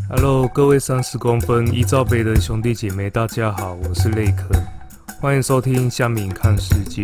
Hello，各位30公分一罩杯的兄弟姐妹，大家好，我是雷克，欢迎收听乡民看世界。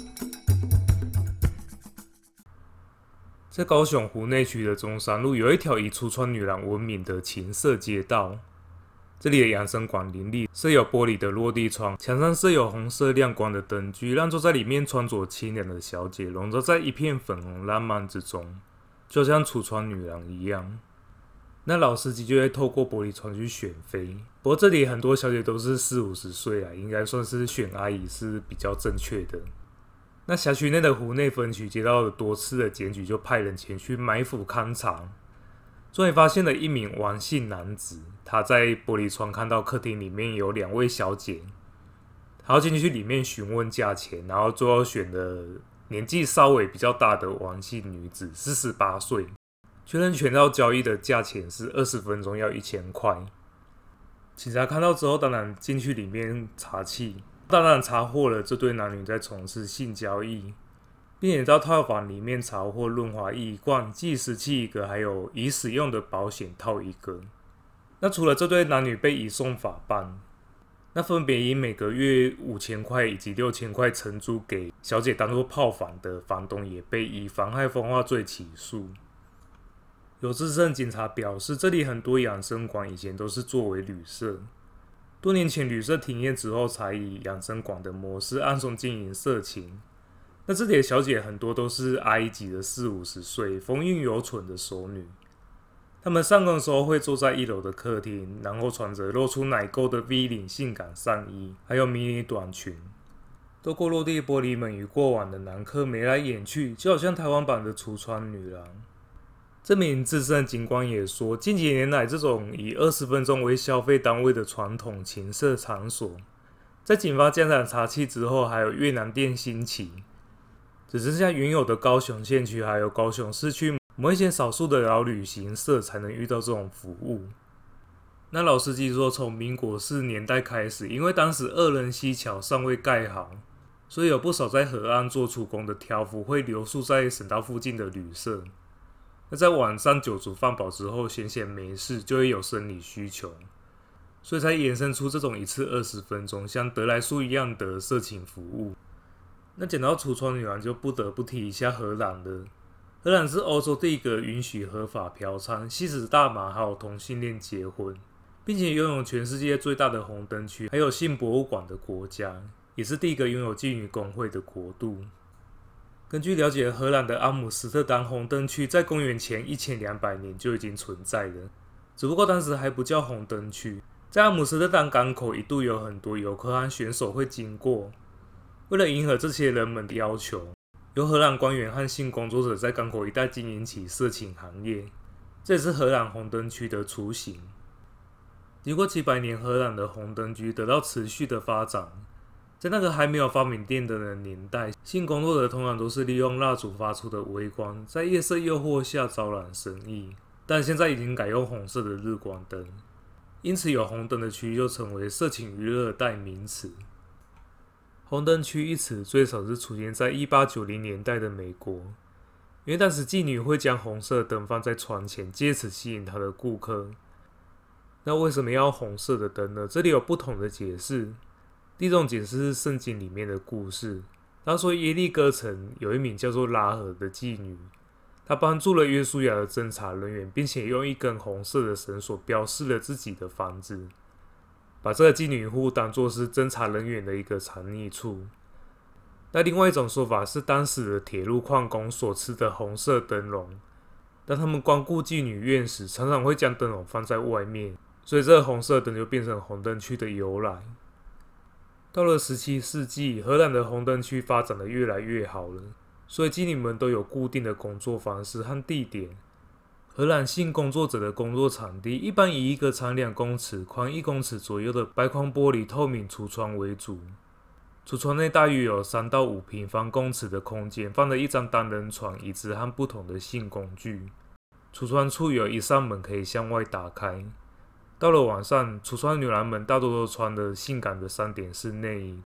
在高雄湖内区的中山路，有一条以橱窗女郎闻名的情色街道。这里的养生馆林立，设有玻璃的落地窗，墙上设有红色亮光的灯具，让坐在里面穿着清凉的小姐笼罩在一片粉红浪漫之中，就像橱窗女郎一样。那老司机就会透过玻璃窗去选妃，不过这里很多小姐都是40-50岁啊，应该算是选阿姨是比较正确的。那辖区内的湖内分局接到了多次的检举，就派人前去埋伏勘查，终于发现了一名王姓男子，他在玻璃窗看到客厅里面有2位小姐，他要进去里面询问价钱，然后最后选了年纪稍微比较大的王姓女子，48岁。确认全套交易的价钱是20分钟要1000块。警察看到之后，当然进去里面查气，当然查获了这对男女在从事性交易，并且到套房里面查获润滑液1罐、计时器1个，还有已使用的保险套1个。那除了这对男女被移送法办，那分别以每个月5000块以及6000块承租给小姐当作炮房的房东，也被以妨害风化罪起诉。有资深警察表示，这里很多养生馆以前都是作为旅社，多年前旅社停业之后，才以养生馆的模式暗中经营色情。那这里的小姐很多都是阿姨级的40-50岁，风韵犹存的熟女。她们上工的时候会坐在1楼的客厅，然后穿着露出奶沟的 V 领性感上衣，还有迷你短裙。透过落地玻璃门与过往的男客眉来眼去，就好像台湾版的橱窗女郎。这名资深警官也说，近几年来，这种以20分钟为消费单位的传统情色场所，在警方加强查缉之后，还有越南店兴起，只剩下原有的高雄县区还有高雄市区某一些少数的老旅行社才能遇到这种服务。那老司机说，从民国4年代开始，因为当时2人溪桥尚未盖好，所以有不少在河岸做出工的挑夫会留宿在省道附近的旅社。那在晚上酒足饭饱之后，闲闲没事就会有生理需求，所以才衍生出这种一次20分钟像得来速一样的色情服务。那讲到橱窗女郎，就不得不提一下荷兰了。荷兰是欧洲第一个允许合法嫖娼、吸食大麻还有同性恋结婚，并且拥有全世界最大的红灯区还有性博物馆的国家，也是第一个拥有妓女工会的国度。根据了解，荷兰的阿姆斯特丹红灯区在公元前1200年就已经存在了，只不过当时还不叫红灯区。在阿姆斯特丹港口一度有很多游客和选手会经过，为了迎合这些人们的要求，由荷兰官员和性工作者在港口一带经营起色情行业，这也是荷兰红灯区的雏形。经过几百年，荷兰的红灯区得到持续的发展。在那个还没有发明电灯的年代，性工作者通常都是利用蜡烛发出的微光，在夜色诱惑下招揽生意。但现在已经改用红色的日光灯，因此有红灯的区域就成为色情娱乐的代名词。红灯区一词最早是出现在1890年代的美国，因为当时妓女会将红色的灯放在窗前，借此吸引她的顾客。那为什么要红色的灯呢？这里有不同的解释。第一种解释是圣经里面的故事，他说耶利哥城有一名叫做拉合的妓女，她帮助了约书亚的侦查人员，并且用一根红色的绳索标示了自己的房子，把这个妓女户当作是侦查人员的一个藏匿处。那另外一种说法是当时的铁路矿工所吃的红色灯笼，当他们光顾妓女院时，常常会将灯笼放在外面，所以这个红色灯就变成红灯区的由来。到了17世纪，荷兰的红灯区发展的越来越好了，所以妓女们都有固定的工作方式和地点。荷兰性工作者的工作场地一般以一个长2公尺、宽1公尺左右的白框玻璃透明橱窗为主，橱窗内大约有3到5平方公尺的空间，放了一张单人床、椅子和不同的性工具。橱窗处有一扇门可以向外打开。到了晚上，橱窗女郎们大多都穿着性感的3点式内衣，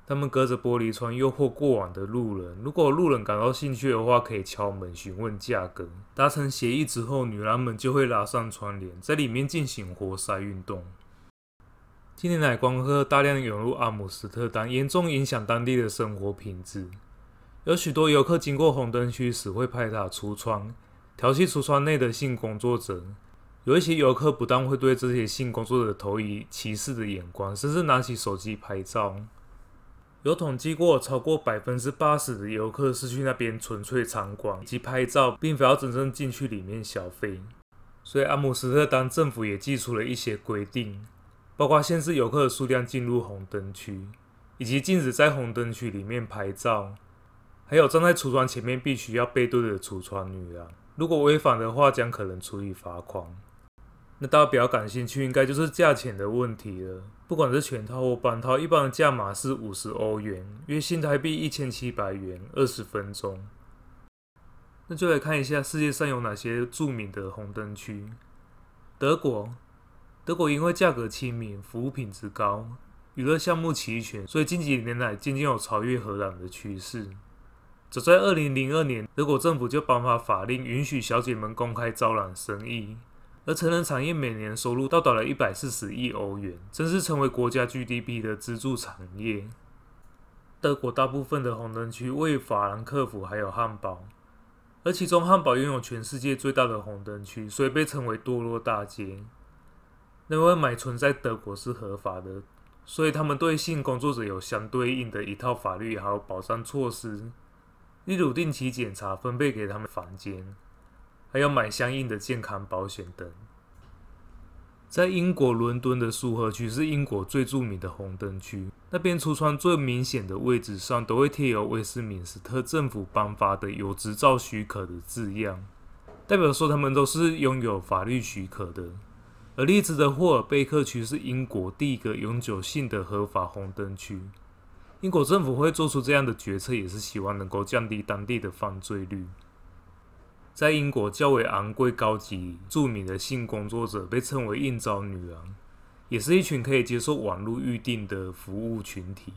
他们隔着玻璃窗诱惑过往的路人，如果路人感到兴趣的话，可以敲门询问价格。达成协议之后，女郎们就会拉上窗帘，在里面进行活塞运动。近年来，观光客大量涌入阿姆斯特丹，严重影响当地的生活品质。有许多游客经过红灯区时会拍打橱窗，调戏橱窗内的性工作者。有一些游客不但会对这些性工作者投以歧视的眼光，甚至拿起手机拍照。有统计过，超过80%的游客是去那边纯粹参观以及拍照，并非要真正进去里面消费。所以阿姆斯特丹政府也祭出了一些规定，包括限制游客的数量进入红灯区，以及禁止在红灯区里面拍照，还有站在橱窗前面必须要背对的橱窗女郎，如果违反的话将可能处以罚款。那大家比较感兴趣应该就是价钱的问题了，不管是全套或半套，一般的价码是50欧元，约新台币1700元，20分钟。那就来看一下世界上有哪些著名的红灯区。德国因为价格亲民、服务品质高、娱乐项目齐全，所以近几年来渐渐有超越荷兰的趋势。早在2002年，德国政府就颁发法令，允许小姐们公开招揽生意。而成人产业每年收入到达了140亿欧元，正式成为国家 GDP 的支柱产业。德国大部分的红灯区位于法兰克福还有汉堡，而其中汉堡拥有全世界最大的红灯区，所以被称为堕落大街。因为买春在德国是合法的，所以他们对性工作者有相对应的一套法律还有保障措施，例如定期检查、分配给他们房间，还要买相应的健康保险等。在英国伦敦的苏荷区是英国最著名的红灯区，那边橱窗最明显的位置上都会贴有威斯敏斯特政府颁发的有执照许可的字样，代表说他们都是拥有法律许可的。而利兹的霍尔贝克区是英国第一个永久性的合法红灯区。英国政府会做出这样的决策，也是希望能够降低当地的犯罪率。在英国较为昂贵、高级、著名的性工作者被称为应召女郎，也是一群可以接受网络预订的服务群体。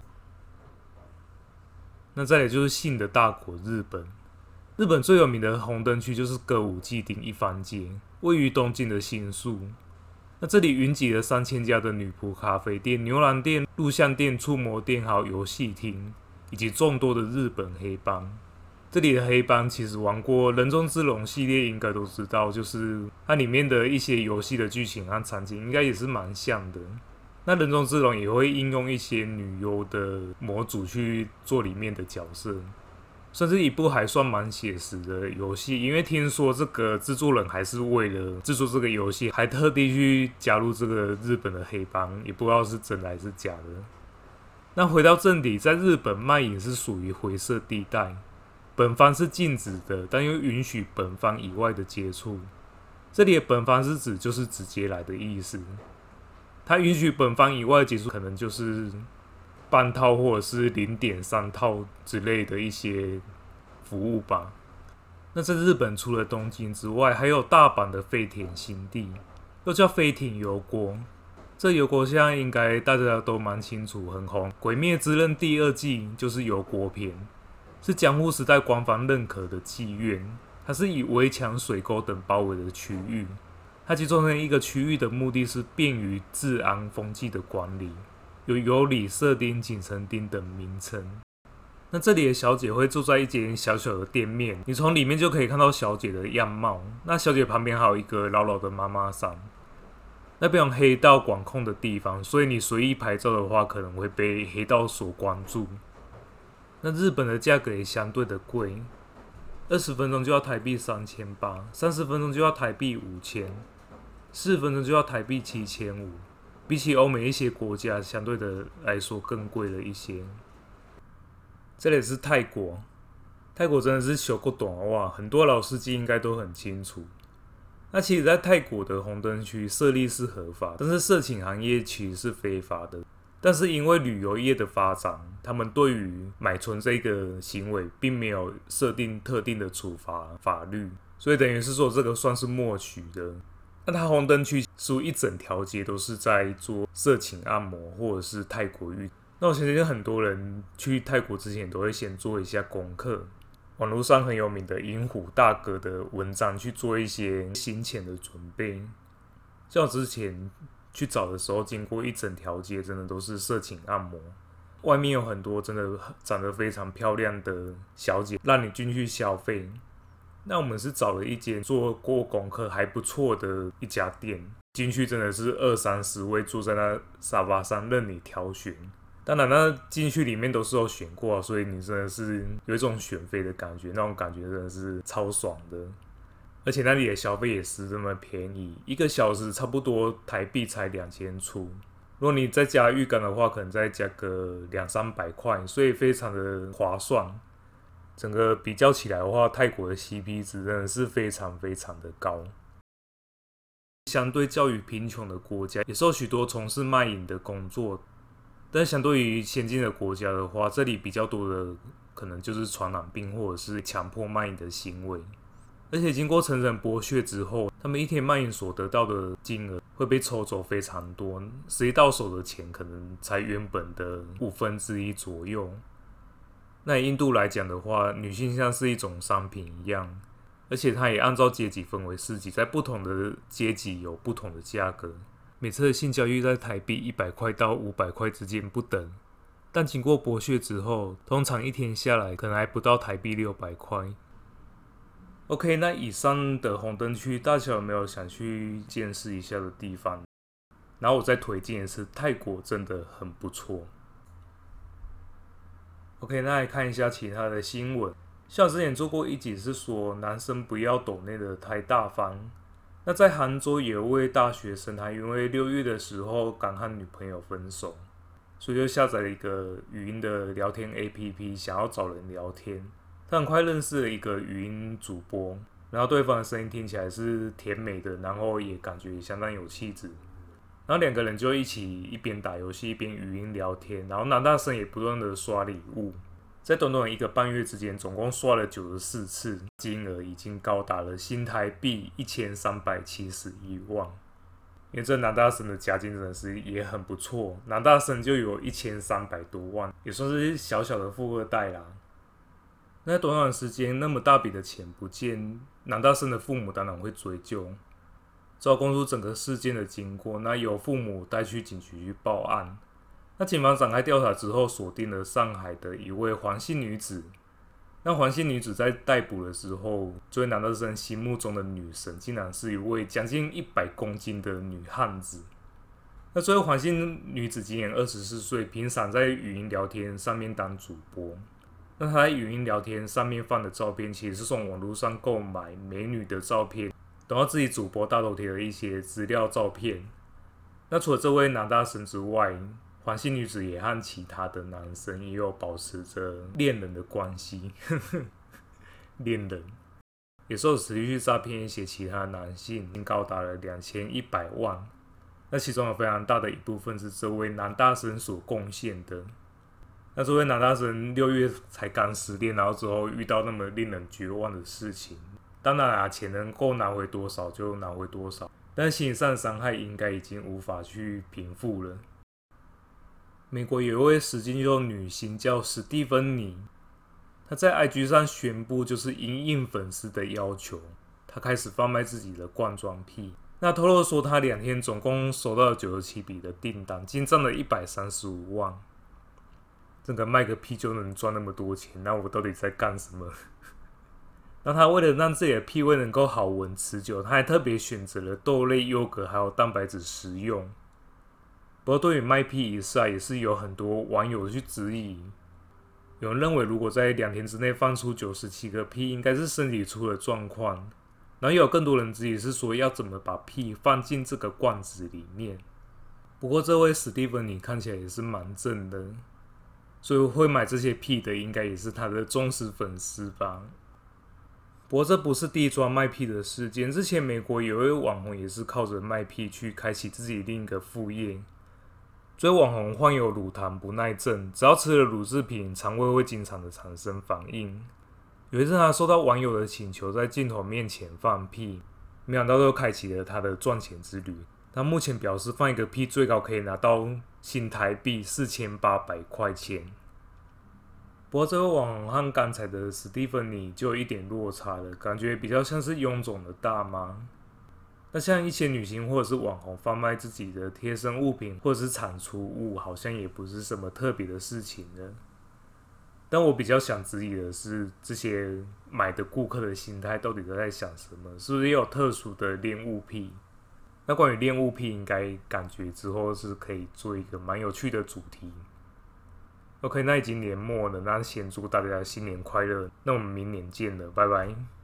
那再来就是性的大国日本。日本最有名的红灯区就是歌舞伎町一番街，位于东京的新宿。那这里云集了3000家的女仆咖啡店、牛郎店、录像店、触摸店，还有游戏厅，以及众多的日本黑帮。这里的黑帮其实玩过《人中之龙》系列，应该都知道，就是它里面的一些游戏的剧情和场景，应该也是蛮像的。那《人中之龙》也会应用一些女优的模组去做里面的角色，算是一部还算蛮写实的游戏。因为听说这个制作人还是为了制作这个游戏，还特地去加入这个日本的黑帮，也不知道是真的还是假的。那回到正题，在日本卖淫是属于灰色地带。本方是禁止的，但又允许本方以外的接触。这里的本方是指就是直接来的意思。它允许本方以外的接触，可能就是半套或者是0.3套之类的一些服务吧。那在日本除了东京之外，还有大阪的飞田新地，又叫飞田油锅。这油锅现在应该大家都蛮清楚，很红，《鬼灭之刃》第2季就是油锅篇。是江户时代官方认可的妓院，它是以围墙、水沟等包围的区域。它集中成一个区域的目的是便于治安风纪的管理，有有里、社町、锦城町等名称。那这里的小姐会住在一间小小的店面，你从里面就可以看到小姐的样貌。那小姐旁边还有一个老老的妈妈桑。那边有黑道管控的地方，所以你随意拍照的话，可能会被黑道所关注。那日本的价格也相对的贵，20分钟就要台币3800，30分钟就要台币5000，4分钟就要台币7500，比起欧美一些国家相对的来说更贵了一些。这里是泰国，泰国真的是小够短哇，很多老司机应该都很清楚。那其实在泰国的红灯区设立是合法，但是色情行业其实是非法的。但是因为旅游业的发展，他们对于买春这个行为并没有设定特定的处罚法律，所以等于是说这个算是默许的。那它红灯区属于一整条街都是在做色情按摩或者是泰国浴， 那我相信很多人去泰国之前都会先做一下功课，网络上很有名的银虎大哥的文章去做一些行前的准备。像我之前去找的时候，经过一整条街，真的都是色情按摩，外面有很多真的长得非常漂亮的小姐，让你进去消费。那我们是找了一间做过功课还不错的一家店，进去真的是20-30位坐在那沙发上任你挑选。当然，那进去里面都是有选过，所以你真的是有一种选妃的感觉，那种感觉真的是超爽的。而且那里的消费也是这么便宜，1个小时差不多台币才2000出。如果你再加浴缸的话，可能再加个200-300块，所以非常的划算。整个比较起来的话，泰国的 CP 值真的是非常非常的高。相对较于贫穷的国家，也是有许多从事卖淫的工作，但相对于先进的国家的话，这里比较多的可能就是传染病或者是强迫卖淫的行为。而且经过层层剥削之后，他们一天卖淫所得到的金额会被抽走非常多，实际到手的钱可能才原本的1/5左右。那以印度来讲的话，女性像是一种商品一样，而且它也按照阶级分为4级，在不同的阶级有不同的价格。每次的性交易在台币100块到500块之间不等，但经过剥削之后，通常一天下来可能还不到台币600块。OK， 那以上的红灯区，大家有没有想去见识一下的地方？然后我再推荐一次，泰国真的很不错。OK， 那来看一下其他的新闻。像我之前做过一集是说男生不要抖内的太大方。那在杭州有一位大学生，他因为6月的时候刚和女朋友分手，所以就下载了一个语音的聊天 APP， 想要找人聊天。他很快认识了一个语音主播，然后对方的声音听起来是甜美的，然后也感觉相当有气质。然后2个人就一起一边打游戏一边语音聊天，然后男大生也不断的刷礼物，在短短1个半月之间，总共刷了94次，金额已经高达了新台币1371万。因为这男大生的家境真的是也很不错，男大生就有1300多万，也算是小小的富二代啦。那短短时间那么大笔的钱不见，男大生的父母当然会追究。只好公布整个事件的经过，那由父母带去警局去报案。那警方展开调查之后，锁定了上海的一位黄姓女子。那黄姓女子在逮捕的时候，这位男大生心目中的女神，竟然是一位将近100公斤的女汉子。那这位黄姓女子今年24岁，平常在语音聊天上面当主播。那她在语音聊天上面放的照片，其实是从网络上购买美女的照片，等到自己主播大头贴的一些资料照片。那除了这位男大生之外，黄姓女子也和其他的男生也有保持着恋人的关系，恋人也是有持续去诈骗一些其他男性，已经高达了2100万。那其中有非常大的一部分是这位男大生所贡献的。那这位男大生6月才刚失恋，然后之后遇到那么令人绝望的事情。当然啊，钱能够拿回多少就拿回多少，但心理上的伤害应该已经无法去平复了。美国有一位实境秀女星叫史蒂芬妮，她在 IG 上宣布，就是因应粉丝的要求，她开始贩卖自己的罐装癖。那透露说，她2天总共收到了97笔的订单，进账了135万。这个卖个屁就能赚那么多钱，那我到底在干什么？那他为了让自己的屁味能够好闻持久，他还特别选择了豆类、优格还有蛋白质食用。不过对于卖屁一事也是有很多网友去质疑，有人认为如果在2天之内放出97个屁，应该是身体出了状况。然后也有更多人质疑是说要怎么把屁放进这个罐子里面。不过这位史蒂芬妮看起来也是蛮正的，所以会买这些屁的应该也是他的忠实粉丝吧。不过这不是第一桩卖屁的事件，之前美国有一位网红也是靠着卖屁去开启自己另一个副业。这位网红患有乳糖不耐症，只要吃了乳制品，肠胃会经常的产生反应。有一次他受到网友的请求，在镜头面前放屁，没想到就开启了他的赚钱之旅。 他目前表示放一个屁最高可以拿到新台币4800块钱。不过这个网红和刚才的史蒂芬妮就有一点落差了，感觉比较像是臃肿的大妈。那像一些女星或者是网红贩卖自己的贴身物品或者是产出物，好像也不是什么特别的事情了。但我比较想质疑的是，这些买的顾客的心态到底都在想什么？是不是也有特殊的恋物癖？那关于恋物癖，应该感觉之后是可以做一个蛮有趣的主题。OK， 那已经年末了，那先祝大家新年快乐，那我们明年见了，拜拜。